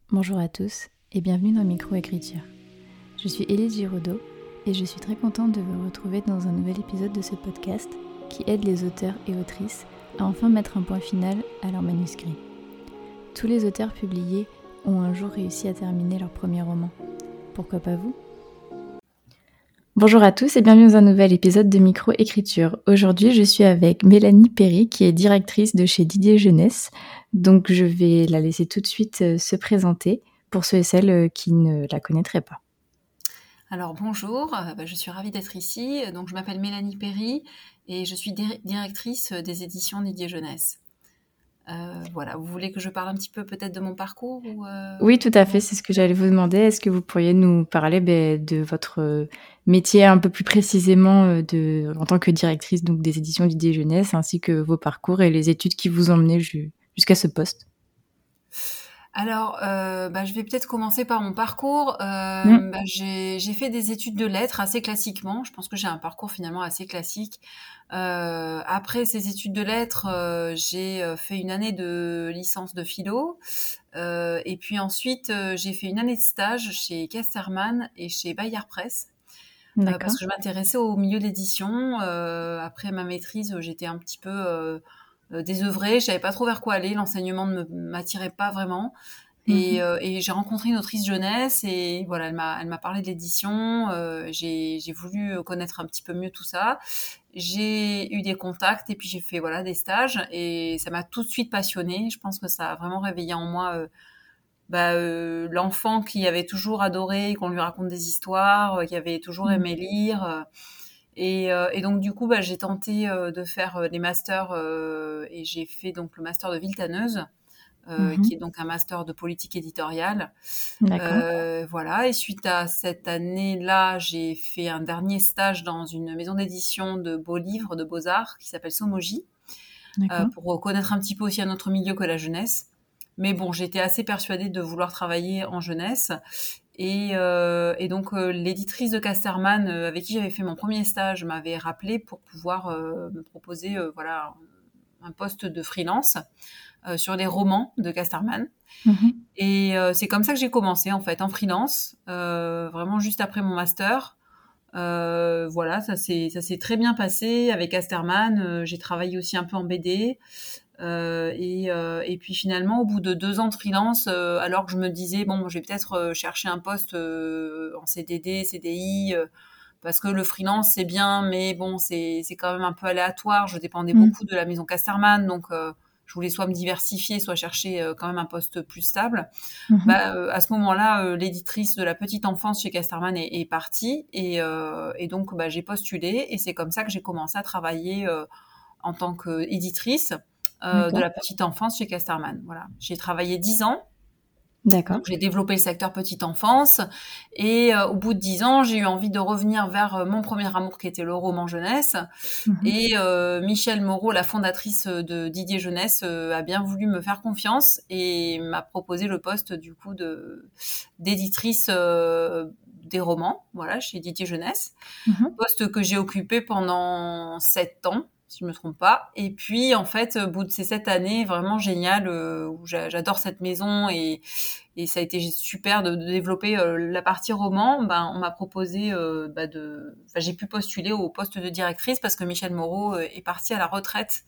Bonjour à tous et bienvenue dans Microécriture. Je suis Élise Giraudot et je suis très contente de vous retrouver dans un nouvel épisode de ce podcast qui aide les auteurs et autrices à enfin mettre un point final à leur manuscrit. Tous les auteurs publiés ont un jour réussi à terminer leur premier roman. Pourquoi pas vous ? Bonjour à tous et bienvenue dans un nouvel épisode de Microécriture. Aujourd'hui, je suis avec Mélanie Perry qui est directrice de chez Didier Jeunesse. Donc, je vais la laisser tout de suite se présenter pour ceux et celles qui ne la connaîtraient pas. Alors bonjour, je suis ravie d'être ici. Donc je m'appelle Mélanie Perry et je suis directrice des éditions Didier Jeunesse. Voilà, vous voulez que je parle un petit peu peut-être de mon parcours ou Oui, tout à fait, c'est ce que j'allais vous demander. Est-ce que vous pourriez nous parler de votre métier un peu plus précisément en tant que directrice donc, des éditions Didier Jeunesse, ainsi que vos parcours et les études qui vous ont mené jusqu'à ce poste ? Alors, je vais peut-être commencer par mon parcours. J'ai fait des études de lettres assez classiquement. Je pense que j'ai un parcours finalement assez classique. Après ces études de lettres, j'ai fait une année de licence de philo. Et puis ensuite, j'ai fait une année de stage chez Casterman et chez Bayard Presse. Parce que je m'intéressais au milieu d'édition. Après ma maîtrise, j'étais un petit peu désœuvrée, je savais pas trop vers quoi aller, l'enseignement ne m'attirait pas vraiment. Et j'ai rencontré une autrice jeunesse et voilà, elle m'a parlé de l'édition. J'ai voulu connaître un petit peu mieux tout ça. J'ai eu des contacts et puis j'ai fait voilà des stages et ça m'a tout de suite passionnée. Je pense que ça a vraiment réveillé en moi l'enfant qui avait toujours adoré qu'on lui raconte des histoires, qui avait toujours aimé lire. Et donc du coup, j'ai tenté de faire des masters et j'ai fait donc le master de Villetaneuse, qui est donc un master de politique éditoriale. D'accord. Voilà. Et suite à cette année-là, j'ai fait un dernier stage dans une maison d'édition de beaux livres, de beaux-arts, qui s'appelle Somogy, pour connaître un petit peu aussi un autre milieu que la jeunesse. Mais bon, j'étais assez persuadée de vouloir travailler en jeunesse. Et donc l'éditrice de Casterman, avec qui j'avais fait mon premier stage, m'avait rappelé pour pouvoir me proposer voilà un poste de freelance sur les romans de Casterman. Et c'est comme ça que j'ai commencé en fait en freelance, vraiment juste après mon master. Voilà, ça s'est très bien passé avec Casterman. J'ai travaillé aussi un peu en BD. Et puis finalement, au bout de 2 ans de freelance, alors que je me disais bon, je vais peut-être chercher un poste en CDD, CDI, parce que le freelance c'est bien, mais bon, c'est quand même un peu aléatoire. Je dépendais beaucoup de la maison Casterman, donc je voulais soit me diversifier, soit chercher quand même un poste plus stable. À ce moment-là, l'éditrice de la petite enfance chez Casterman est partie, et donc j'ai postulé, et c'est comme ça que j'ai commencé à travailler en tant qu'éditrice de la petite enfance chez Casterman. Voilà. J'ai travaillé 10 ans. D'accord. Donc, j'ai développé le secteur petite enfance. Et au bout de 10 ans, j'ai eu envie de revenir vers mon premier amour qui était le roman jeunesse. Et Michèle Moreau, la fondatrice de Didier Jeunesse, a bien voulu me faire confiance et m'a proposé le poste du coup d'éditrice des romans, voilà, chez Didier Jeunesse. Poste que j'ai occupé pendant 7 ans, si je me trompe pas. Et puis, en fait, au bout de ces 7 années vraiment géniales, où j'adore cette maison, et ça a été super de développer la partie roman, on m'a proposé j'ai pu postuler au poste de directrice parce que Michèle Moreau est partie à la retraite.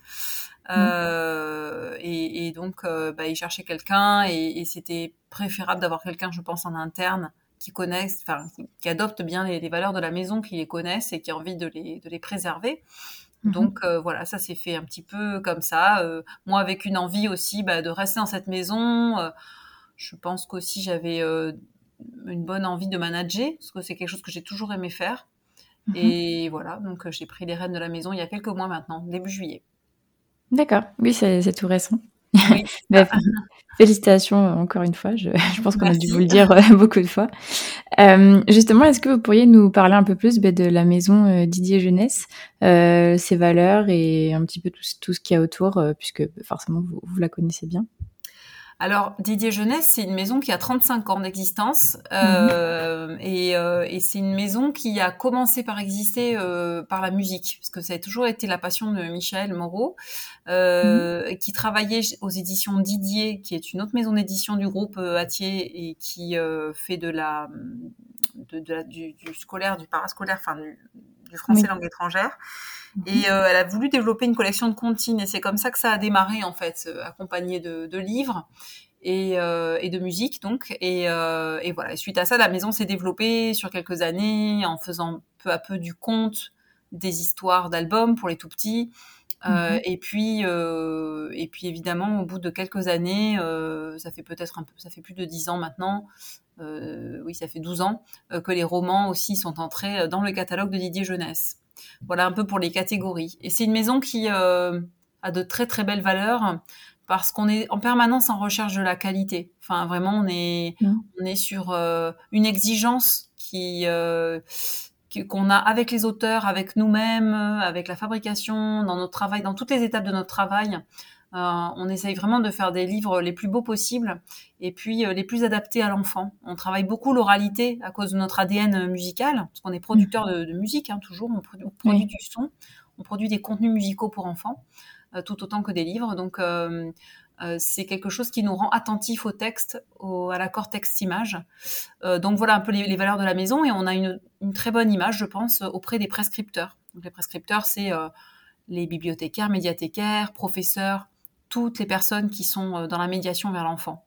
Et donc, il cherchait quelqu'un, et c'était préférable d'avoir quelqu'un, je pense, en interne qui connaissent, qui adopte bien les valeurs de la maison, qui les connaissent et qui a envie de les préserver. Donc voilà, ça s'est fait un petit peu comme ça. Moi, avec une envie aussi de rester dans cette maison. Je pense qu'aussi j'avais une bonne envie de manager, parce que c'est quelque chose que j'ai toujours aimé faire. Et voilà, donc j'ai pris les rênes de la maison il y a quelques mois maintenant, début juillet. D'accord, oui, c'est tout récent. Oui. Félicitations encore une fois, je pense qu'on a dû Merci. vous le dire beaucoup de fois. Justement, est-ce que vous pourriez nous parler un peu plus de la maison Didier Jeunesse, ses valeurs et un petit peu tout ce qu'il y a autour, puisque forcément vous la connaissez bien. Alors, Didier Jeunesse, c'est une maison qui a 35 ans d'existence et c'est une maison qui a commencé par exister par la musique, parce que ça a toujours été la passion de Michel Moreau, qui travaillait aux éditions Didier, qui est une autre maison d'édition du groupe Hatier et qui fait du scolaire, du parascolaire, enfin du français langue étrangère. Et elle a voulu développer une collection de comptines et c'est comme ça que ça a démarré en fait, accompagné de livres et de musique donc et voilà. Et suite à ça, la maison s'est développée sur quelques années en faisant peu à peu du conte, des histoires d'albums pour les tout petits. Et puis évidemment, au bout de quelques années, ça fait plus de 10 ans maintenant. Oui, ça fait 12 ans que les romans aussi sont entrés dans le catalogue de Didier Jeunesse. Voilà un peu pour les catégories. Et c'est une maison qui a de très très belles valeurs parce qu'on est en permanence en recherche de la qualité. Enfin, vraiment, on est sur une exigence qu'on a avec les auteurs, avec nous-mêmes, avec la fabrication, dans notre travail, dans toutes les étapes de notre travail. On essaye vraiment de faire des livres les plus beaux possibles et puis les plus adaptés à l'enfant. On travaille beaucoup l'oralité à cause de notre ADN musical, parce qu'on est producteur de musique, toujours, on produit du son, on produit des contenus musicaux pour enfants, tout autant que des livres. Donc c'est quelque chose qui nous rend attentifs au texte, à l'accord texte-image. Donc voilà un peu les valeurs de la maison et on a une très bonne image, je pense, auprès des prescripteurs. Donc les prescripteurs, c'est les bibliothécaires, médiathécaires, professeurs, toutes les personnes qui sont dans la médiation vers l'enfant.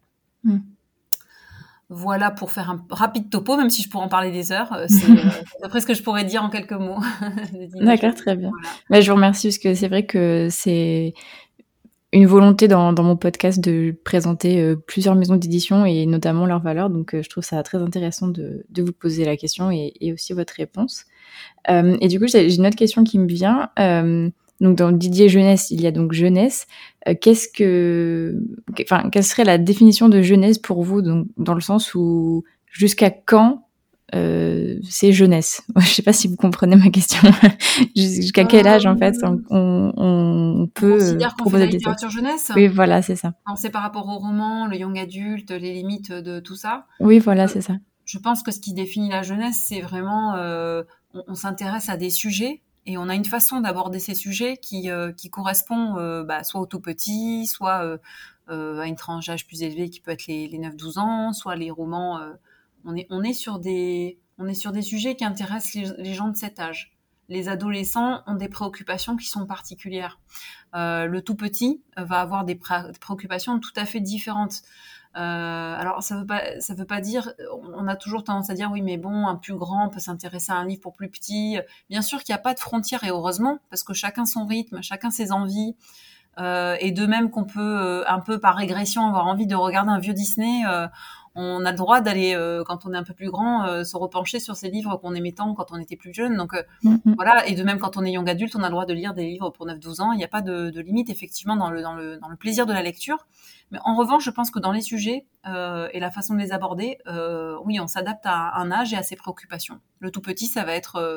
Voilà pour faire un rapide topo, même si je pourrais en parler des heures. C'est après ce que je pourrais dire en quelques mots. D'accord, très bien. Voilà. Mais je vous remercie parce que c'est vrai que c'est une volonté dans mon podcast de présenter plusieurs maisons d'édition et notamment leurs valeurs. Donc, je trouve ça très intéressant de vous poser la question et aussi votre réponse. Et du coup, j'ai une autre question qui me vient. Donc, dans Didier Jeunesse, il y a donc jeunesse. Quelle serait la définition de jeunesse pour vous, donc, dans le sens où jusqu'à quand c'est jeunesse? Je sais pas si vous comprenez ma question. Jusqu'à quel âge, en fait, on peut considère qu'on fait de la littérature jeunesse? Oui, voilà, c'est ça. Alors, c'est par rapport au roman, le young adulte, les limites de tout ça? Oui, voilà, c'est ça. Je pense que ce qui définit la jeunesse, c'est vraiment on s'intéresse à des sujets et on a une façon d'aborder ces sujets qui correspond soit aux tout petits, soit à une tranche d'âge plus élevée qui peut être les 9-12 ans, soit les romans. On est sur des sujets qui intéressent les gens de cet âge. Les adolescents ont des préoccupations qui sont particulières. Le tout petit va avoir des préoccupations tout à fait différentes. Alors ça veut pas dire, on a toujours tendance à dire oui mais bon, un plus grand peut s'intéresser à un livre pour plus petit. Bien sûr qu'il n'y a pas de frontières et heureusement parce que chacun son rythme, chacun ses envies. Et de même qu'on peut un peu par régression avoir envie de regarder un vieux Disney, on a le droit d'aller quand on est un peu plus grand se repencher sur ces livres qu'on aimait tant quand on était plus jeune. Donc voilà, et de même quand on est young adulte, on a le droit de lire des livres pour 9-12 ans, il n'y a pas de limite effectivement dans le plaisir de la lecture. Mais en revanche, je pense que dans les sujets et la façon de les aborder, oui, on s'adapte à un âge et à ses préoccupations. Le tout petit, ça va être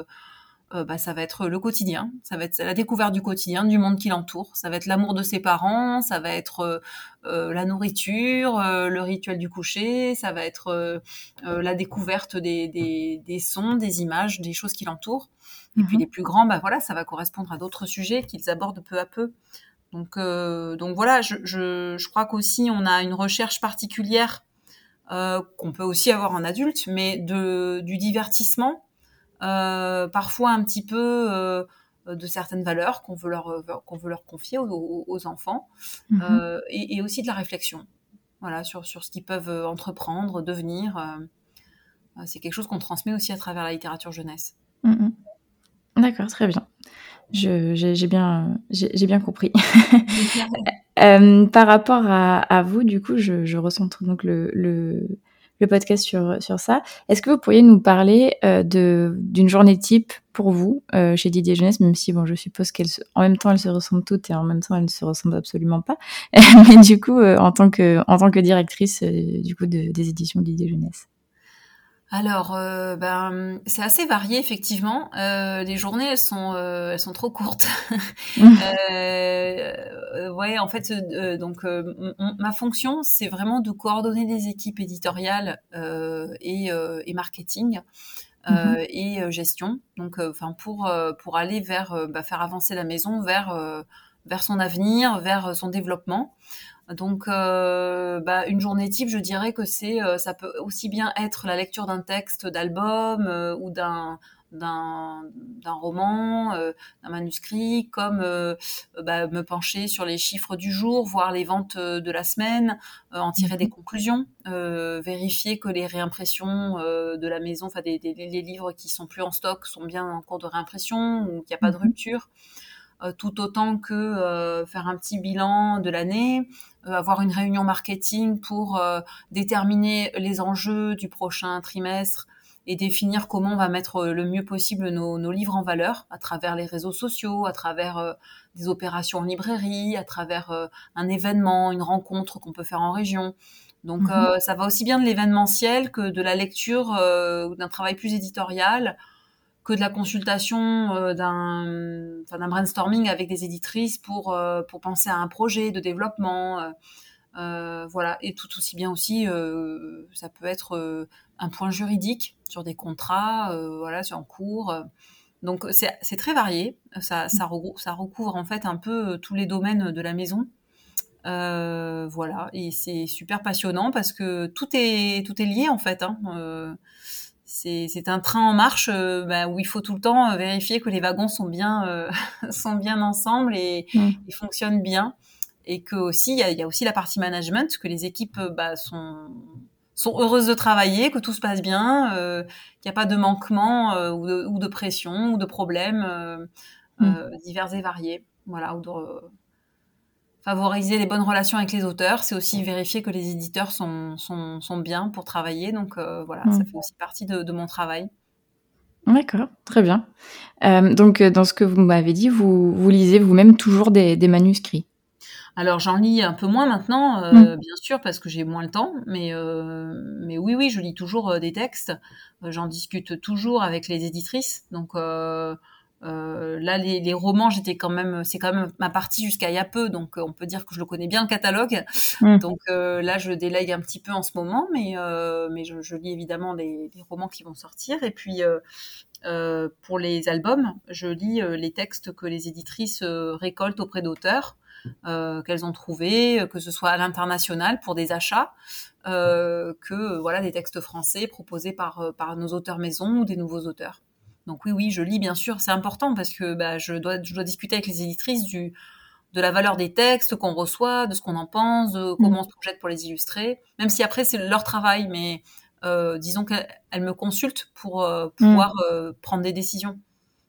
le quotidien, ça va être la découverte du quotidien, du monde qui l'entoure, ça va être l'amour de ses parents, ça va être la nourriture, le rituel du coucher, ça va être la découverte des sons, des images, des choses qui l'entourent. Et puis les plus grands, ça va correspondre à d'autres sujets qu'ils abordent peu à peu. Donc voilà, je crois qu'aussi on a une recherche particulière qu'on peut aussi avoir en adulte, mais du divertissement. Parfois un petit peu de certaines valeurs qu'on veut leur confier aux enfants et aussi de la réflexion sur ce qu'ils peuvent entreprendre, devenir. C'est quelque chose qu'on transmet aussi à travers la littérature jeunesse. D'accord, très bien. J'ai bien compris. Par rapport à vous, du coup, je recentre donc le podcast sur ça. Est-ce que vous pourriez nous parler d'une journée type pour vous chez Didier Jeunesse, même si je suppose en même temps elles se ressemblent toutes et en même temps elles ne se ressemblent absolument pas. Mais du coup, en tant que directrice du coup des éditions Didier Jeunesse. Alors, c'est assez varié effectivement. Les journées, elles sont trop courtes. Ouais, en fait, ma fonction, c'est vraiment de coordonner des équipes éditoriales, et marketing, Mhm. et gestion. Donc, enfin pour aller vers, faire avancer la maison vers son avenir, vers son développement. Donc, une journée type, je dirais que ça peut aussi bien être la lecture d'un texte d'album, ou d'un roman, d'un manuscrit, comme me pencher sur les chiffres du jour, voir les ventes de la semaine, en tirer des Mhm. conclusions, vérifier que les réimpressions de la maison, enfin les livres qui sont plus en stock sont bien en cours de réimpression ou qu'il n'y a pas de Mhm. rupture, tout autant que faire un petit bilan de l'année, avoir une réunion marketing pour déterminer les enjeux du prochain trimestre et définir comment on va mettre le mieux possible nos livres en valeur à travers les réseaux sociaux, à travers des opérations en librairie, à travers un événement, une rencontre qu'on peut faire en région. Donc Mhm. ça va aussi bien de l'événementiel que de la lecture ou d'un travail plus éditorial, que de la consultation d'un brainstorming avec des éditrices pour penser à un projet de développement. Voilà, et tout aussi bien aussi, ça peut être un point juridique sur des contrats, voilà, sur en cours. Donc c'est très varié. Ça recouvre en fait un peu tous les domaines de la maison. Voilà, et c'est super passionnant parce que tout est lié en fait, hein. C'est un train en marche, où il faut tout le temps vérifier que les wagons sont bien, sont bien ensemble et fonctionnent bien. Et que aussi, il y a aussi la partie management, que les équipes sont heureuses de travailler, que tout se passe bien, qu'il n'y a pas de manquement ou de pression ou de problèmes Mhm. divers et variés. Voilà, ou de favoriser les bonnes relations avec les auteurs, c'est aussi vérifier que les éditeurs sont bien pour travailler. Donc voilà, ça Mhm. fait aussi partie de mon travail. D'accord, très bien. Donc, dans ce que vous m'avez dit, vous lisez vous-même toujours des manuscrits. Alors j'en lis un peu moins maintenant, Mhm. bien sûr, parce que j'ai moins le temps, mais oui, oui, je lis toujours des textes. J'en discute toujours avec les éditrices. Donc là, les romans, c'est quand même ma partie jusqu'à il y a peu, donc on peut dire que je le connais bien le catalogue. Mhm. Donc là, je délègue un petit peu en ce moment, mais je lis évidemment les romans qui vont sortir. Et puis pour les albums, je lis les textes que les éditrices récoltent auprès d'auteurs, qu'elles ont trouvés, que ce soit à l'international pour des achats, que voilà, des textes français proposés par nos auteurs maison ou des nouveaux auteurs. Donc oui, oui, je lis bien sûr, c'est important parce que je dois discuter avec les éditrices de la valeur des textes qu'on reçoit, de ce qu'on en pense, de comment on se projette pour les illustrer, même si après c'est leur travail, mais disons qu'elles me consultent pour pouvoir Mhm. prendre des décisions.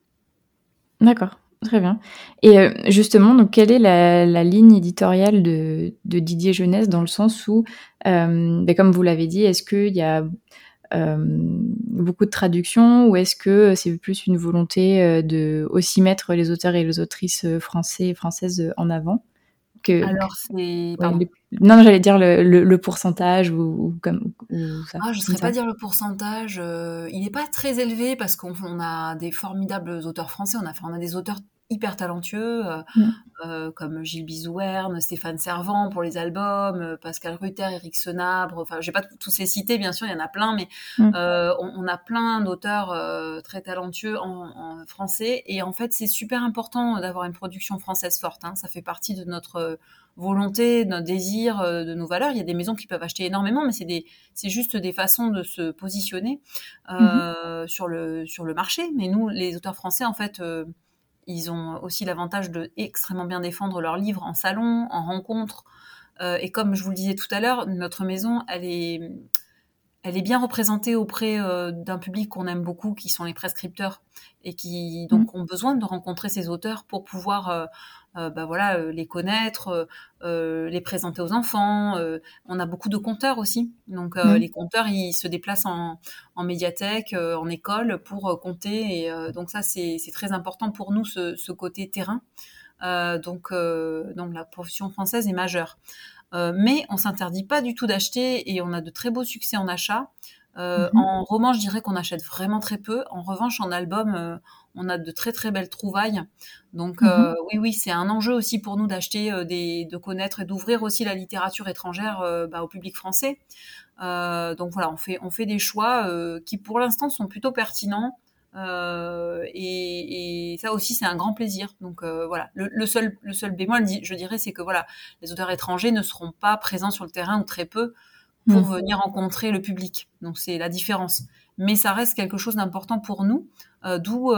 D'accord, très bien. Et justement, donc quelle est la ligne éditoriale de Didier Jeunesse dans le sens où, comme vous l'avez dit, est-ce qu'il y a beaucoup de traductions ou est-ce que c'est plus une volonté de aussi mettre les auteurs et les autrices français et françaises en avant Alors c'est ouais, pardon. non, j'allais dire le pourcentage ou ça, Ah, je comme saurais pas ça. dire le pourcentage. Il n'est pas très élevé parce qu'on a des formidables auteurs français. On a des auteurs hyper talentueux, Mm. comme Gilles Bizouerne, Stéphane Servant pour les albums, Pascal Rutter, Éric Senabre. Enfin, je vais pas tous les citer, bien sûr, il y en a plein, mais Mm. on a plein d'auteurs très talentueux en français. Et en fait, c'est super important d'avoir une production française forte, hein. Ça fait partie de notre volonté, de notre désir, de nos valeurs. Il y a des maisons qui peuvent acheter énormément, mais c'est juste des façons de se positionner Mhm. sur le marché. Mais nous, les auteurs français, en fait, ils ont aussi l'avantage de extrêmement bien défendre leurs livres en salon, en rencontre. Et comme je vous le disais tout à l'heure, notre maison, elle est bien représentée auprès d'un public qu'on aime beaucoup, qui sont les prescripteurs, et qui Mm. donc ont besoin de rencontrer ces auteurs pour pouvoir voilà, les connaître, les présenter aux enfants. On a beaucoup de conteurs aussi. Donc les Mm. conteurs, ils se déplacent en médiathèque, en école pour conter. Et donc ça, c'est très important pour nous, ce côté terrain. Donc la profession française est majeure. Mais on s'interdit pas du tout d'acheter et on a de très beaux succès en achat. En roman, je dirais qu'on achète vraiment très peu. En revanche, en album, on a de très très belles trouvailles. Donc oui, c'est un enjeu aussi pour nous d'acheter, de connaître et d'ouvrir aussi la littérature étrangère au public français. Donc voilà, on fait des choix qui pour l'instant sont plutôt pertinents. Et ça aussi c'est un grand plaisir. Donc voilà, le seul bémol, je dirais, c'est que voilà, les auteurs étrangers ne seront pas présents sur le terrain ou très peu pour venir rencontrer le public. Donc c'est la différence. Mais ça reste quelque chose d'important pour nous, d'où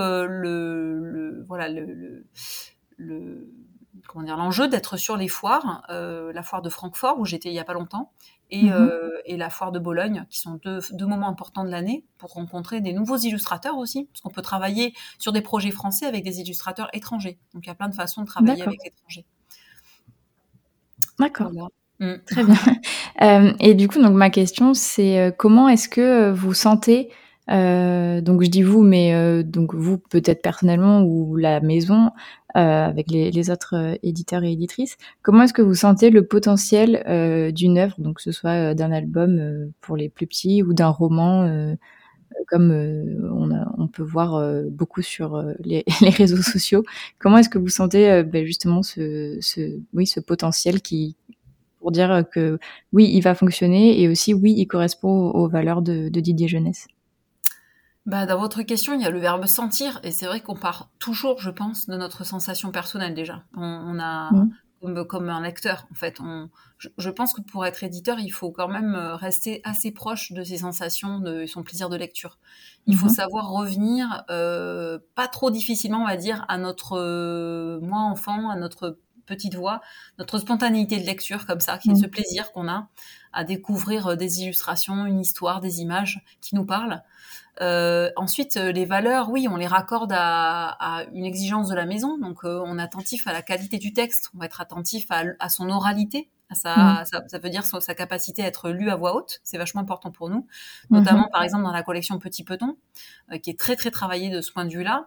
comment dire, l'enjeu d'être sur les foires, la foire de Francfort où j'étais il y a pas longtemps, et la foire de Bologne, qui sont deux moments importants de l'année pour rencontrer des nouveaux illustrateurs aussi, parce qu'on peut travailler sur des projets français avec des illustrateurs étrangers. Donc il y a plein de façons de travailler avec l'étranger. D'accord. Voilà. Très bien. Et du coup, donc ma question, c'est comment est-ce que vous sentez, donc je dis vous, mais donc vous peut-être personnellement ou la maison, avec les autres éditeurs et éditrices, comment est-ce que vous sentez le potentiel d'une œuvre, donc que ce soit d'un album pour les plus petits ou d'un roman, comme on peut voir beaucoup sur les réseaux sociaux. Comment est-ce que vous sentez justement ce potentiel pour dire que oui, il va fonctionner et aussi oui, il correspond aux valeurs de Didier Jeunesse? Dans votre question, il y a le verbe sentir, et c'est vrai qu'on part toujours, je pense, de notre sensation personnelle déjà. On a comme un lecteur, en fait. Je pense que pour être éditeur, il faut quand même rester assez proche de ses sensations, de son plaisir de lecture. Il faut savoir revenir, pas trop difficilement, on va dire, à notre moi enfant, à notre petite voix, notre spontanéité de lecture comme ça, qui est ce plaisir qu'on a à découvrir des illustrations, une histoire, des images qui nous parlent. Ensuite, les valeurs, oui, on les raccorde à une exigence de la maison. Donc, on est attentif à la qualité du texte, on va être attentif à son oralité, ça veut dire sa capacité à être lu à voix haute. C'est vachement important pour nous, notamment par exemple dans la collection Petit Peton, qui est très très travaillée de ce point de vue-là.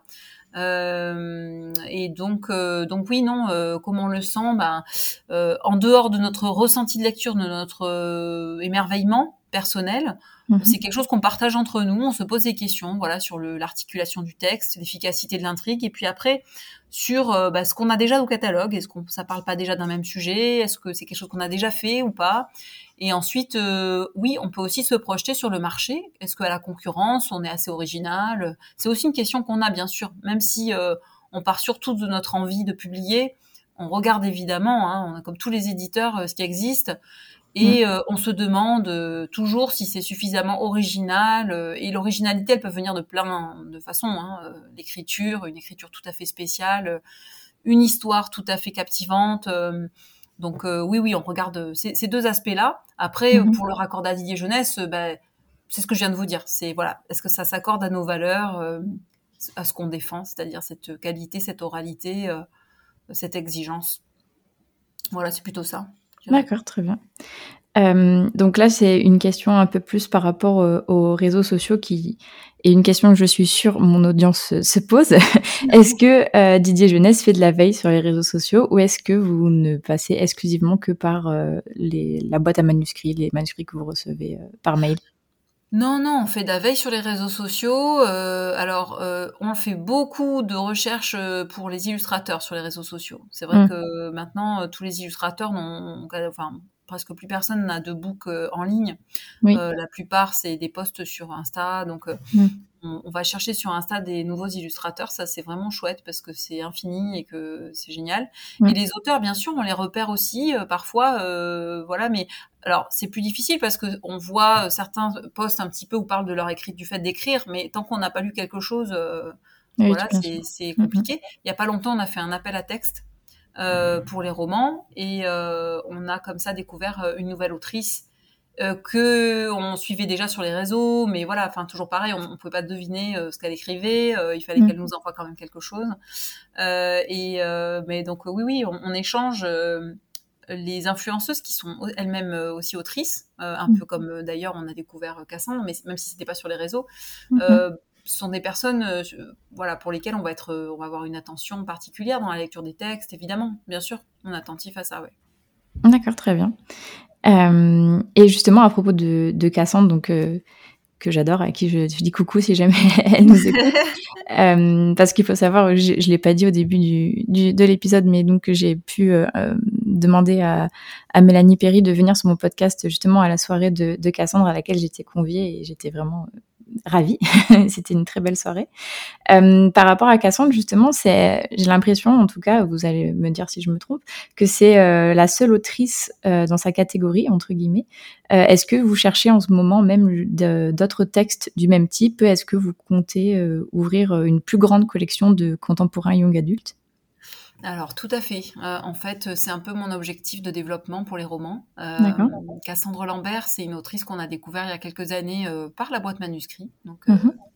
Et donc oui, non, comment on le sent, en dehors de notre ressenti de lecture, de notre émerveillement personnel, c'est quelque chose qu'on partage entre nous. On se pose des questions, voilà, sur l'articulation du texte, l'efficacité de l'intrigue, et puis après sur ce qu'on a déjà au catalogue. Est-ce qu'on ça parle pas déjà d'un même sujet? Est-ce que c'est quelque chose qu'on a déjà fait ou pas? Et ensuite, oui, on peut aussi se projeter sur le marché. Est-ce qu'à la concurrence, on est assez original? C'est aussi une question qu'on a, bien sûr, même si on part surtout de notre envie de publier. On regarde évidemment, on a, comme tous les éditeurs, ce qui existe. Et on se demande toujours si c'est suffisamment original. Et l'originalité, elle peut venir de plein de façons. L'écriture, une écriture tout à fait spéciale, une histoire tout à fait captivante. Donc oui, on regarde ces deux aspects-là. Après, pour le raccord à Didier Jeunesse, c'est ce que je viens de vous dire. C'est voilà, est-ce que ça s'accorde à nos valeurs, à ce qu'on défend, c'est-à-dire cette qualité, cette oralité, cette exigence. Voilà, c'est plutôt ça. D'accord, très bien. Donc là, c'est une question un peu plus par rapport aux réseaux sociaux qui est une question que je suis sûre mon audience se pose. Est-ce que Didier Jeunesse fait de la veille sur les réseaux sociaux ou est-ce que vous ne passez exclusivement que par la boîte à manuscrits, les manuscrits que vous recevez par mail? Non, on fait de la veille sur les réseaux sociaux. On fait beaucoup de recherches pour les illustrateurs sur les réseaux sociaux. C'est vrai que maintenant, tous les illustrateurs presque plus personne n'a de book en ligne. Oui. La plupart, c'est des posts sur Insta. Donc, on va chercher sur Insta des nouveaux illustrateurs. Ça, c'est vraiment chouette parce que c'est infini et que c'est génial. Et les auteurs, bien sûr, on les repère aussi parfois. Voilà, mais alors, c'est plus difficile parce que on voit certains posts un petit peu où parlent de leur du fait d'écrire, mais tant qu'on n'a pas lu quelque chose, voilà, c'est compliqué. Il y a pas longtemps, on a fait un appel à texte pour les romans et on a comme ça découvert une nouvelle autrice que on suivait déjà sur les réseaux, mais voilà, enfin toujours pareil, on pouvait pas deviner ce qu'elle écrivait, il fallait qu'elle nous envoie quand même quelque chose. Mais donc oui, on échange. Les influenceuses qui sont elles-mêmes aussi autrices, un peu comme d'ailleurs on a découvert Cassandre, mais même si c'était pas sur les réseaux, sont des personnes, voilà, pour lesquelles on va avoir une attention particulière dans la lecture des textes, évidemment, bien sûr, on est attentif à ça, ouais. D'accord, très bien. Et justement à propos de Cassandre, donc que que j'adore, à qui je dis coucou si jamais elle nous écoute. Parce qu'il faut savoir, je l'ai pas dit au début de l'épisode, mais donc j'ai pu demander à Mélanie Perry de venir sur mon podcast justement à la soirée de Cassandre à laquelle j'étais conviée et j'étais vraiment ravie. C'était une très belle soirée. Par rapport à Cassandre, justement, j'ai l'impression, en tout cas, vous allez me dire si je me trompe, que c'est la seule autrice dans sa catégorie, entre guillemets. Est-ce que vous cherchez en ce moment même d'autres textes du même type? Est-ce que vous comptez ouvrir une plus grande collection de contemporains young adultes? Alors, tout à fait. En fait, c'est un peu mon objectif de développement pour les romans. D'accord. Cassandre Lambert, c'est une autrice qu'on a découvert il y a quelques années par la boîte manuscrit. Donc,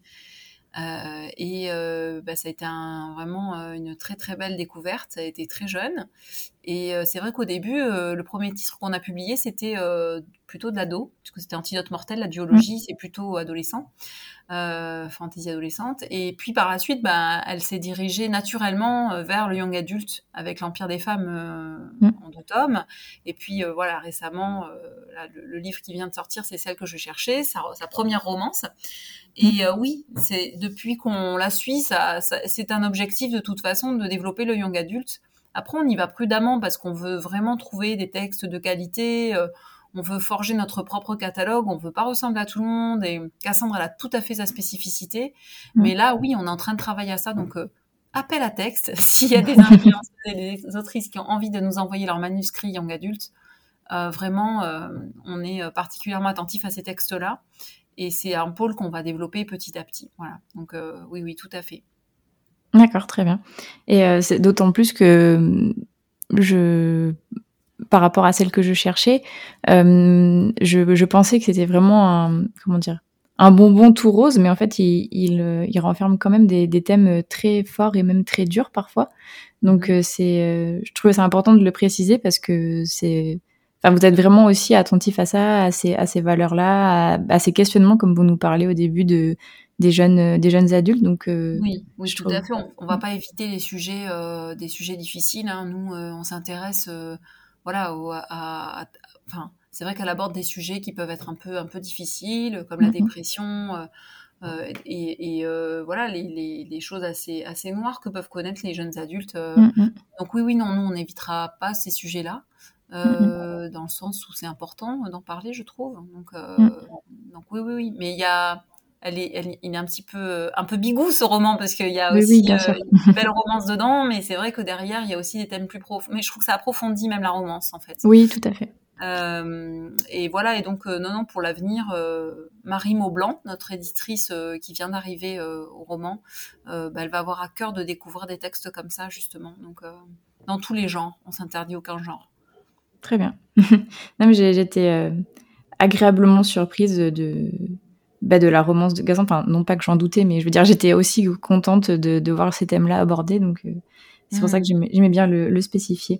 ça a été vraiment une très très belle découverte. Ça a été très jeune. Et c'est vrai qu'au début, le premier titre qu'on a publié, c'était plutôt de l'ado, puisque c'était Antidote mortel, la duologie, c'est plutôt adolescent, fantaisie adolescente. Et puis par la suite, elle s'est dirigée naturellement vers le young adulte avec l'Empire des femmes en 2 tomes. Et puis voilà, récemment, là, le livre qui vient de sortir, c'est Celle que je cherchais, sa première romance. Et oui, c'est depuis qu'on la suit, c'est un objectif de toute façon de développer le young adulte. Après, on y va prudemment parce qu'on veut vraiment trouver des textes de qualité, on veut forger notre propre catalogue, on veut pas ressembler à tout le monde. Et Cassandre, elle a tout à fait sa spécificité. Mais là, oui, on est en train de travailler à ça. Donc, appel à texte. S'il y a des influenceurs et des autrices qui ont envie de nous envoyer leur manuscrit young adulte, vraiment, on est particulièrement attentif à ces textes-là. Et c'est un pôle qu'on va développer petit à petit. Voilà. Donc, oui, tout à fait. D'accord, très bien. Et c'est d'autant plus que par rapport à celle que je cherchais, je pensais que c'était vraiment un bonbon tout rose, mais en fait, il renferme quand même des thèmes très forts et même très durs parfois. Donc, je trouvais ça important de le préciser parce que vous êtes vraiment aussi attentif à ça, à ces valeurs-là, à ces questionnements, comme vous nous parlez au début des jeunes adultes. Donc, oui, tout à fait. On va pas éviter les sujets, des sujets difficiles. Hein. Nous, on s'intéresse, voilà, enfin, c'est vrai qu'elle aborde des sujets qui peuvent être un peu difficiles, comme la dépression, voilà, les choses assez noires que peuvent connaître les jeunes adultes. Donc oui, non, nous, on n'évitera pas ces sujets-là, dans le sens où c'est important d'en parler, je trouve. Donc oui. Mais il est un petit un peu bigou ce roman parce qu'il y a aussi bien sûr. une belle romance dedans, mais c'est vrai que derrière il y a aussi des thèmes plus profonds. Mais je trouve que ça approfondit même la romance en fait. Oui, tout à fait. Et voilà, et donc non, pour l'avenir, Marie Maublanc, notre éditrice qui vient d'arriver au roman, elle va avoir à cœur de découvrir des textes comme ça justement. Donc dans tous les genres, on s'interdit aucun genre. Très bien. Non, mais j'étais agréablement surprise de la romance de Cassandre. Enfin, non pas que j'en doutais, mais je veux dire, j'étais aussi contente de voir ces thèmes-là abordés. Donc, c'est pour ça que j'aimais bien le spécifier.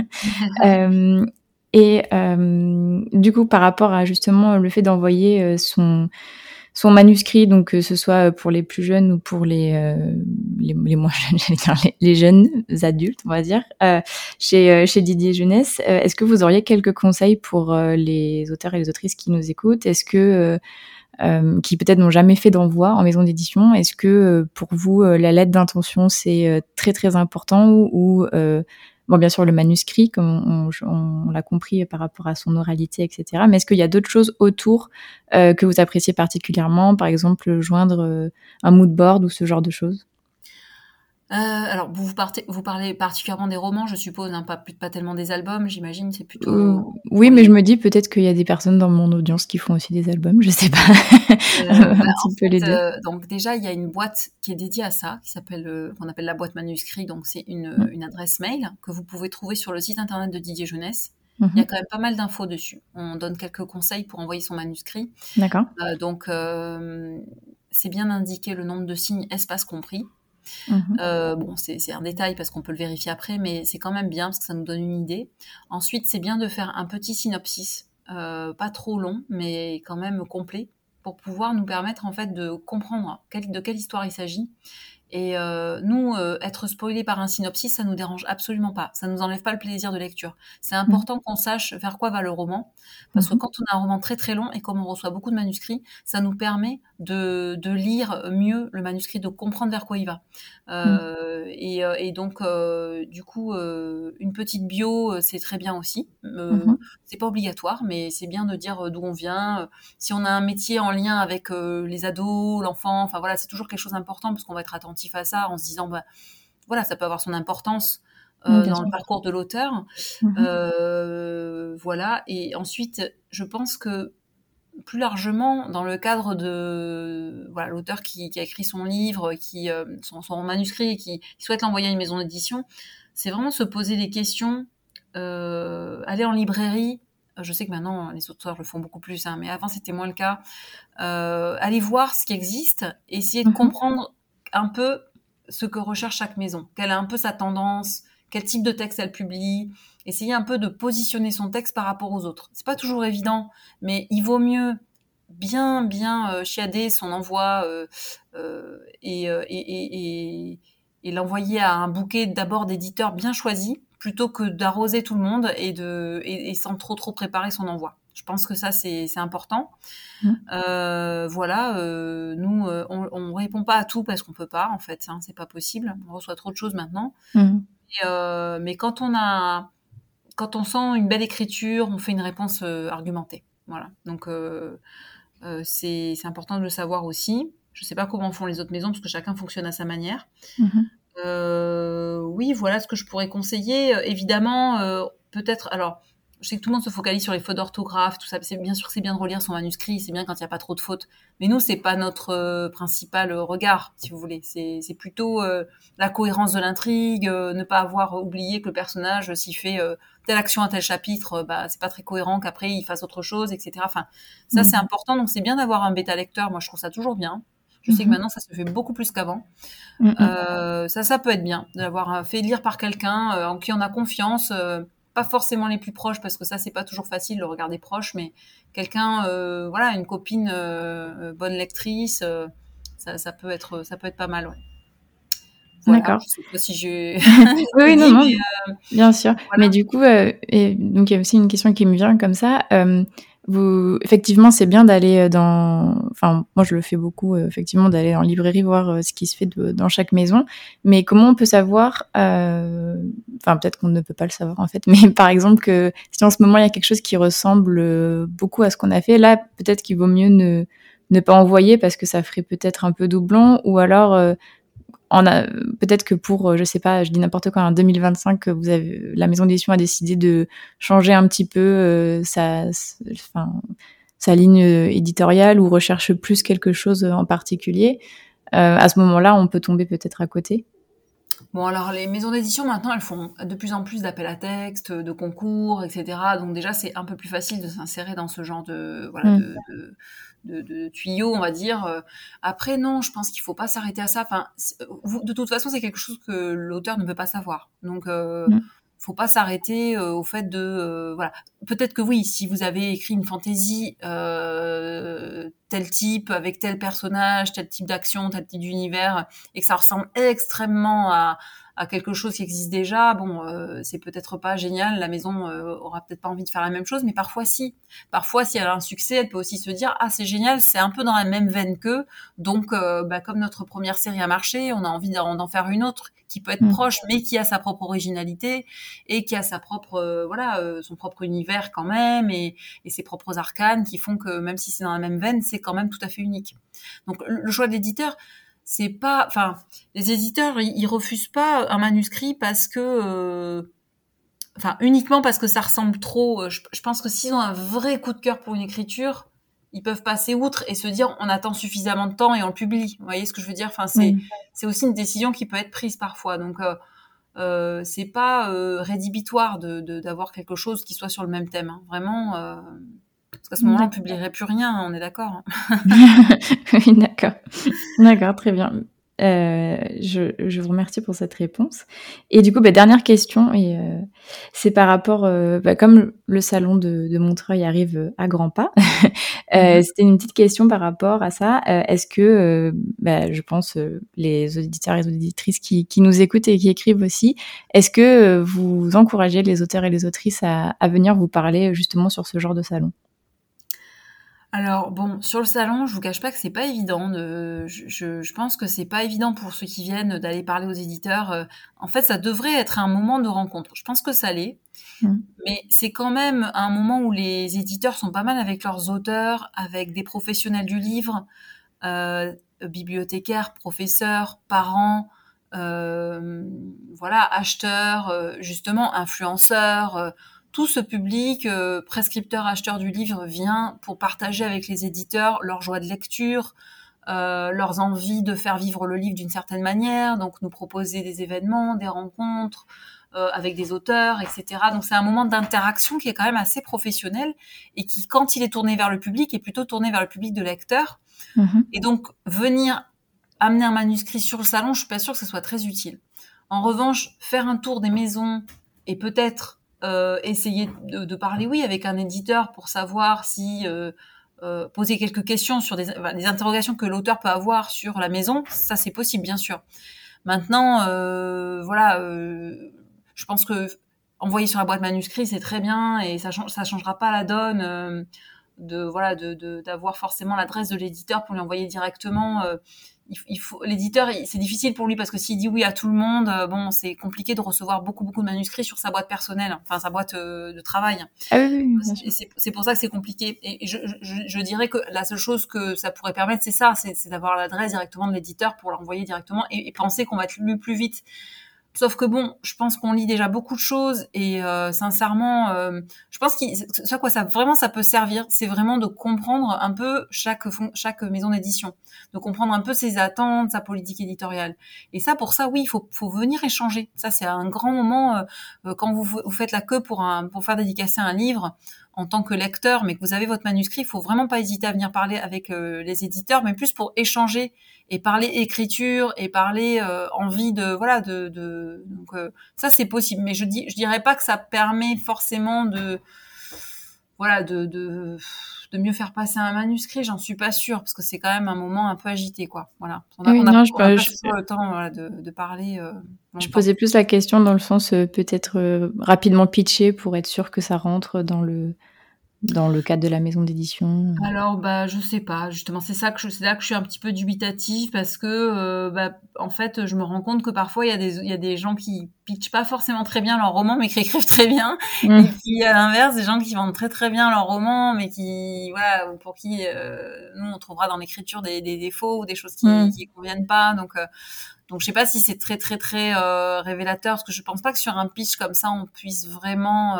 Du coup, par rapport à justement le fait d'envoyer son manuscrit, donc que ce soit pour les plus jeunes ou pour les moins jeunes, j'allais dire les jeunes adultes, on va dire, chez Didier Jeunesse, est-ce que vous auriez quelques conseils pour les auteurs et les autrices qui nous écoutent? Est-ce que qui peut-être n'ont jamais fait d'envoi en maison d'édition, est-ce que pour vous la lettre d'intention c'est très très important ou bon, bien sûr, le manuscrit, comme on l'a compris par rapport à son oralité, etc. Mais est-ce qu'il y a d'autres choses autour que vous appréciez particulièrement, par exemple joindre un mood board ou ce genre de choses? Alors, vous parlez particulièrement des romans, je suppose, hein, pas tellement des albums, j'imagine, c'est plutôt... Oui, mais je me dis peut-être qu'il y a des personnes dans mon audience qui font aussi des albums, je sais pas. Un petit peu les deux. Donc déjà, il y a une boîte qui est dédiée à ça, qu'on appelle la boîte manuscrit, donc c'est une adresse mail que vous pouvez trouver sur le site internet de Didier Jeunesse. Il y a quand même pas mal d'infos dessus. On donne quelques conseils pour envoyer son manuscrit. D'accord. Donc, c'est bien indiqué le nombre de signes, espace compris. Bon, c'est un détail parce qu'on peut le vérifier après, mais c'est quand même bien parce que ça nous donne une idée. Ensuite, c'est bien de faire un petit synopsis, pas trop long, mais quand même complet, pour pouvoir nous permettre en fait de comprendre de quelle histoire il s'agit Et nous, être spoilé par un synopsis, ça nous dérange absolument pas. Ça nous enlève pas le plaisir de lecture. C'est important qu'on sache vers quoi va le roman, parce que quand on a un roman très très long et comme on reçoit beaucoup de manuscrits, ça nous permet de lire mieux le manuscrit, de comprendre vers quoi il va. Et donc, du coup, une petite bio, c'est très bien aussi. C'est pas obligatoire, mais c'est bien de dire d'où on vient. Si on a un métier en lien avec les ados, l'enfant, enfin voilà, c'est toujours quelque chose d'important parce qu'on va être attentif à ça en se disant, bah, voilà, ça peut avoir son importance dans le parcours de l'auteur. Voilà. Et ensuite, je pense que plus largement, dans le cadre de voilà, l'auteur qui a écrit son livre, son manuscrit et qui souhaite l'envoyer à une maison d'édition, c'est vraiment se poser des questions, aller en librairie. Je sais que maintenant, les auteurs le font beaucoup plus, mais avant, c'était moins le cas. Aller voir ce qui existe, essayer de comprendre un peu ce que recherche chaque maison, quelle est un peu sa tendance, quel type de texte elle publie, essayer un peu de positionner son texte par rapport aux autres. C'est pas toujours évident, mais il vaut mieux bien chiader son envoi et l'envoyer à un bouquet d'abord d'éditeurs bien choisis plutôt que d'arroser tout le monde et sans trop préparer son envoi. Je pense que ça c'est important. Voilà, nous on répond pas à tout parce qu'on peut pas en fait, c'est pas possible. On reçoit trop de choses maintenant. Mais quand on sent une belle écriture, on fait une réponse argumentée. Voilà. Donc c'est important de le savoir aussi. Je sais pas comment font les autres maisons parce que chacun fonctionne à sa manière. Oui, voilà ce que je pourrais conseiller. Évidemment, peut-être. Alors, je sais que tout le monde se focalise sur les fautes d'orthographe, tout ça. Bien sûr, c'est bien de relire son manuscrit, c'est bien quand il n'y a pas trop de fautes. Mais nous, c'est pas notre principal regard, si vous voulez. C'est plutôt la cohérence de l'intrigue, ne pas avoir oublié que le personnage, s'il fait telle action à tel chapitre, bah c'est pas très cohérent qu'après il fasse autre chose, etc. Enfin, ça c'est important. Donc c'est bien d'avoir un bêta lecteur. Moi, je trouve ça toujours bien. Je sais que maintenant, ça se fait beaucoup plus qu'avant. Ça peut être bien d'avoir fait lire par quelqu'un en qui on a confiance. Pas forcément les plus proches parce que ça c'est pas toujours facile de regarder proche, mais quelqu'un, voilà, une copine bonne lectrice, ça peut être pas mal. Ouais. Voilà, D'accord. je sais pas si j'ai. Oui, non, bien sûr. Voilà. Mais du coup, et donc il y a aussi une question qui me vient comme ça. Effectivement, c'est bien d'aller enfin, moi je le fais beaucoup, effectivement, d'aller en librairie voir ce qui se fait dans chaque maison. Mais comment on peut savoir, enfin, peut-être qu'on ne peut pas le savoir en fait, mais par exemple que si en ce moment il y a quelque chose qui ressemble beaucoup à ce qu'on a fait, là, peut-être qu'il vaut mieux ne pas envoyer parce que ça ferait peut-être un peu doublon, ou alors peut-être que pour, je sais pas, je dis n'importe quoi, en 2025, la maison d'édition a décidé de changer un petit peu sa ligne éditoriale ou recherche plus quelque chose en particulier. À ce moment-là, on peut tomber peut-être à côté. Bon, alors les maisons d'édition maintenant, elles font de plus en plus d'appels à texte, de concours, etc. Donc déjà, c'est un peu plus facile de s'insérer dans ce genre de tuyaux, on va dire. Après, non, je pense qu'il faut pas s'arrêter à ça. Enfin, de toute façon, c'est quelque chose que l'auteur ne peut pas savoir. Donc, faut pas s'arrêter au fait de voilà. Peut-être que oui, si vous avez écrit une fantaisie tel type avec tel personnage, tel type d'action, tel type d'univers, et que ça ressemble extrêmement à quelque chose qui existe déjà, bon, c'est peut-être pas génial, la maison aura peut-être pas envie de faire la même chose, mais parfois si. Parfois, si elle a un succès, elle peut aussi se dire « Ah, c'est génial, c'est un peu dans la même veine qu'eux, donc comme notre première série a marché, on a envie d'en faire une autre qui peut être proche, mais qui a sa propre originalité et qui a sa propre, son propre univers quand même et ses propres arcanes qui font que même si c'est dans la même veine, c'est quand même tout à fait unique. » Donc le choix de l'éditeur, c'est pas, enfin, les éditeurs, ils refusent pas un manuscrit parce que, enfin, uniquement parce que ça ressemble trop. Je pense que s'ils ont un vrai coup de cœur pour une écriture, ils peuvent passer outre et se dire, on attend suffisamment de temps et on le publie. Vous voyez ce que je veux dire? Enfin, c'est aussi une décision qui peut être prise parfois. Donc, c'est pas rédhibitoire d'avoir quelque chose qui soit sur le même thème. Hein. Vraiment. Parce qu'à ce moment-là, on publierait plus rien, on est d'accord. Oui, d'accord. D'accord, très bien. Je vous remercie pour cette réponse. Et du coup, dernière question, et c'est par rapport, comme le salon de Montreuil arrive à grands pas, c'était une petite question par rapport à ça. Est-ce que, je pense, les auditeurs et les auditrices qui nous écoutent et qui écrivent aussi, est-ce que vous encouragez les auteurs et les autrices à venir vous parler justement sur ce genre de salon? Alors bon, sur le salon, je vous cache pas que c'est pas évident. Je pense que c'est pas évident pour ceux qui viennent d'aller parler aux éditeurs. En fait, ça devrait être un moment de rencontre. Je pense que ça l'est, Mmh. mais c'est quand même un moment où les éditeurs sont pas mal avec leurs auteurs, avec des professionnels du livre, bibliothécaires, professeurs, parents, voilà, acheteurs, justement influenceurs. Tout ce public, prescripteur, acheteur du livre, vient pour partager avec les éditeurs leur joie de lecture, leurs envies de faire vivre le livre d'une certaine manière, donc nous proposer des événements, des rencontres avec des auteurs, etc. Donc c'est un moment d'interaction qui est quand même assez professionnel et qui, quand il est tourné vers le public, est plutôt tourné vers le public de lecteurs. Mmh. Et donc venir amener un manuscrit sur le salon, je suis pas sûre que ce soit très utile. En revanche, faire un tour des maisons et peut-être essayer de parler, oui, avec un éditeur pour savoir si poser quelques questions sur des interrogations que l'auteur peut avoir sur la maison, ça c'est possible, bien sûr. Maintenant, voilà, je pense que envoyer sur la boîte manuscrit c'est très bien et ça changera pas la donne. D'avoir forcément l'adresse de l'éditeur pour lui envoyer directement. Il faut l'éditeur, c'est difficile pour lui parce que s'il dit oui à tout le monde, bon, c'est compliqué de recevoir beaucoup de manuscrits sur sa boîte personnelle, enfin sa boîte de travail. Ah oui, oui, bien sûr. Et c'est pour ça que c'est compliqué. Et je dirais que la seule chose que ça pourrait permettre, c'est ça, c'est d'avoir l'adresse directement de l'éditeur pour l'envoyer directement et penser qu'on va être lu plus vite. Sauf que bon, je pense qu'on lit déjà beaucoup de choses et sincèrement, je pense que ce à quoi ça peut servir, c'est vraiment de comprendre un peu chaque maison d'édition, de comprendre un peu ses attentes, sa politique éditoriale. Et ça, pour ça, oui, il faut venir échanger. Ça, c'est un grand moment quand vous faites la queue pour faire dédicacer un livre en tant que lecteur, mais que vous avez votre manuscrit, il faut vraiment pas hésiter à venir parler avec les éditeurs, mais plus pour échanger et parler écriture et parler envie de voilà donc ça c'est possible, mais je dirais pas que ça permet forcément de voilà de mieux faire passer un manuscrit, j'en suis pas sûre parce que c'est quand même un moment un peu agité quoi. Voilà, Oui, non, on a pas toujours le temps voilà, de parler je longtemps. posais plus la question dans le sens, peut-être, rapidement pitcher pour être sûr que ça rentre dans le cadre de la maison d'édition. Alors, je sais pas, justement, c'est là que je suis un petit peu dubitative parce que, en fait, je me rends compte que parfois il y a des gens qui pitchent pas forcément très bien leur roman, mais qui écrivent très bien. Et Mmh. puis, à l'inverse, des gens qui vendent très très bien leur roman, mais qui, voilà, ou pour qui, nous, on trouvera dans l'écriture des défauts ou des choses Mmh. qui conviennent pas. Donc, je sais pas si c'est très très très révélateur, parce que je pense pas que sur un pitch comme ça, on puisse vraiment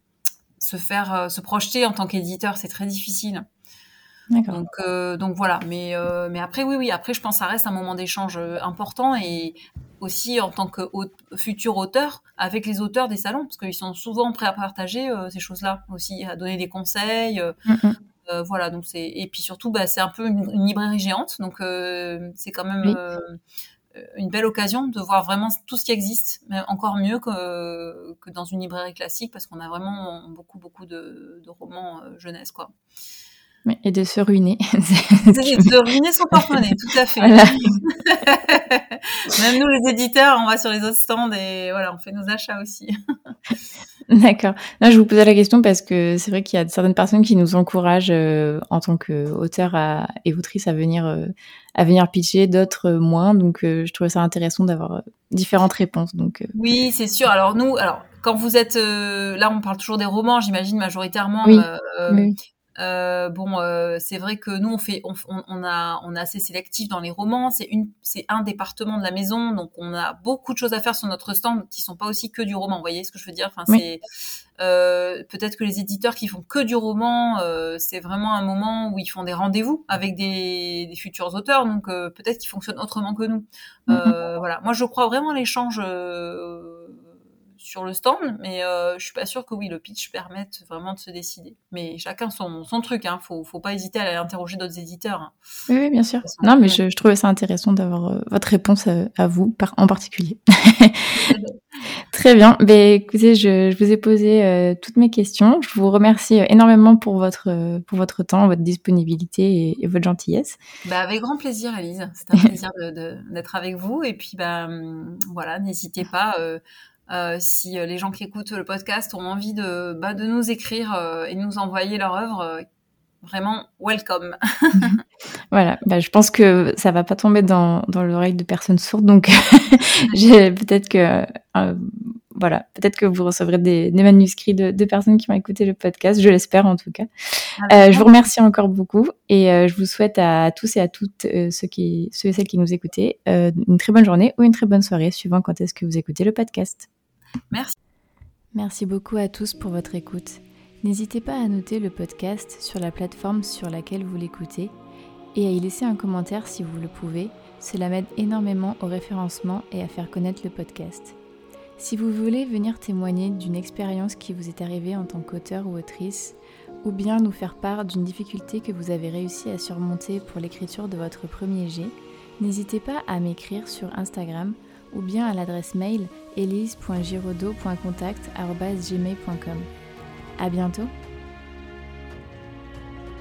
se projeter en tant qu'éditeur, c'est très difficile. D'accord. Donc voilà. Mais après, oui, oui. Après, je pense que ça reste un moment d'échange important et aussi en tant que futur auteur avec les auteurs des salons, parce qu'ils sont souvent prêts à partager ces choses-là aussi, à donner des conseils. Mmh mh. Voilà. Donc et puis surtout, c'est un peu une librairie géante, donc c'est quand même Oui. une belle occasion de voir vraiment tout ce qui existe, mais encore mieux que dans une librairie classique, parce qu'on a vraiment beaucoup beaucoup de romans jeunesse quoi. Oui, et de se ruiner. C'est de ruiner son porte-monnaie, tout à fait. Voilà. Même nous, les éditeurs, on va sur les autres stands et voilà, on fait nos achats aussi. D'accord. Non, je vous posais la question parce que c'est vrai qu'il y a certaines personnes qui nous encouragent, en tant qu'auteur et autrice à venir pitcher, d'autres, moins. Donc, je trouvais ça intéressant d'avoir, différentes réponses. Donc, Oui, c'est sûr. Alors, quand vous êtes là, on parle toujours des romans, j'imagine majoritairement. oui. Oui, Bon, c'est vrai que nous, on est assez sélectif dans les romans. C'est un département de la maison, donc on a beaucoup de choses à faire sur notre stand qui sont pas aussi que du roman. Vous voyez ce que je veux dire? Enfin, oui. c'est peut-être que les éditeurs qui font que du roman, c'est vraiment un moment où ils font des rendez-vous avec des futurs auteurs, donc peut-être qu'ils fonctionnent autrement que nous. Mmh mh. Voilà. Moi, je crois vraiment à l'échange sur le stand, mais je suis pas sûre que le pitch permette vraiment de se décider. Mais chacun son truc, hein. Faut pas hésiter à aller interroger d'autres éditeurs. Hein. Oui, bien sûr. Non, mais je trouvais ça intéressant d'avoir votre réponse à vous en particulier. Très bien. Écoutez, je vous ai posé toutes mes questions. Je vous remercie énormément pour votre temps, votre disponibilité et votre gentillesse. Avec grand plaisir, Élise. C'est un plaisir d'être avec vous. Et puis, voilà, n'hésitez pas. Si les gens qui écoutent le podcast ont envie de nous écrire et nous envoyer leur œuvre, vraiment welcome. Voilà, je pense que ça va pas tomber dans l'oreille de personnes sourdes, donc peut-être que vous recevrez des manuscrits de personnes qui vont écouter le podcast, je l'espère en tout cas. Je vous remercie encore beaucoup et je vous souhaite à tous et à toutes ceux et celles qui nous écoutez une très bonne journée ou une très bonne soirée, suivant quand est-ce que vous écoutez le podcast. Merci. Merci beaucoup à tous pour votre écoute. N'hésitez pas à noter le podcast sur la plateforme sur laquelle vous l'écoutez et à y laisser un commentaire si vous le pouvez. Cela m'aide énormément au référencement et à faire connaître le podcast. Si vous voulez venir témoigner d'une expérience qui vous est arrivée en tant qu'auteur ou autrice, ou bien nous faire part d'une difficulté que vous avez réussi à surmonter pour l'écriture de votre premier jet, n'hésitez pas à m'écrire sur Instagram ou bien à l'adresse mail elise.giraudot.contact@gmail.com. À bientôt!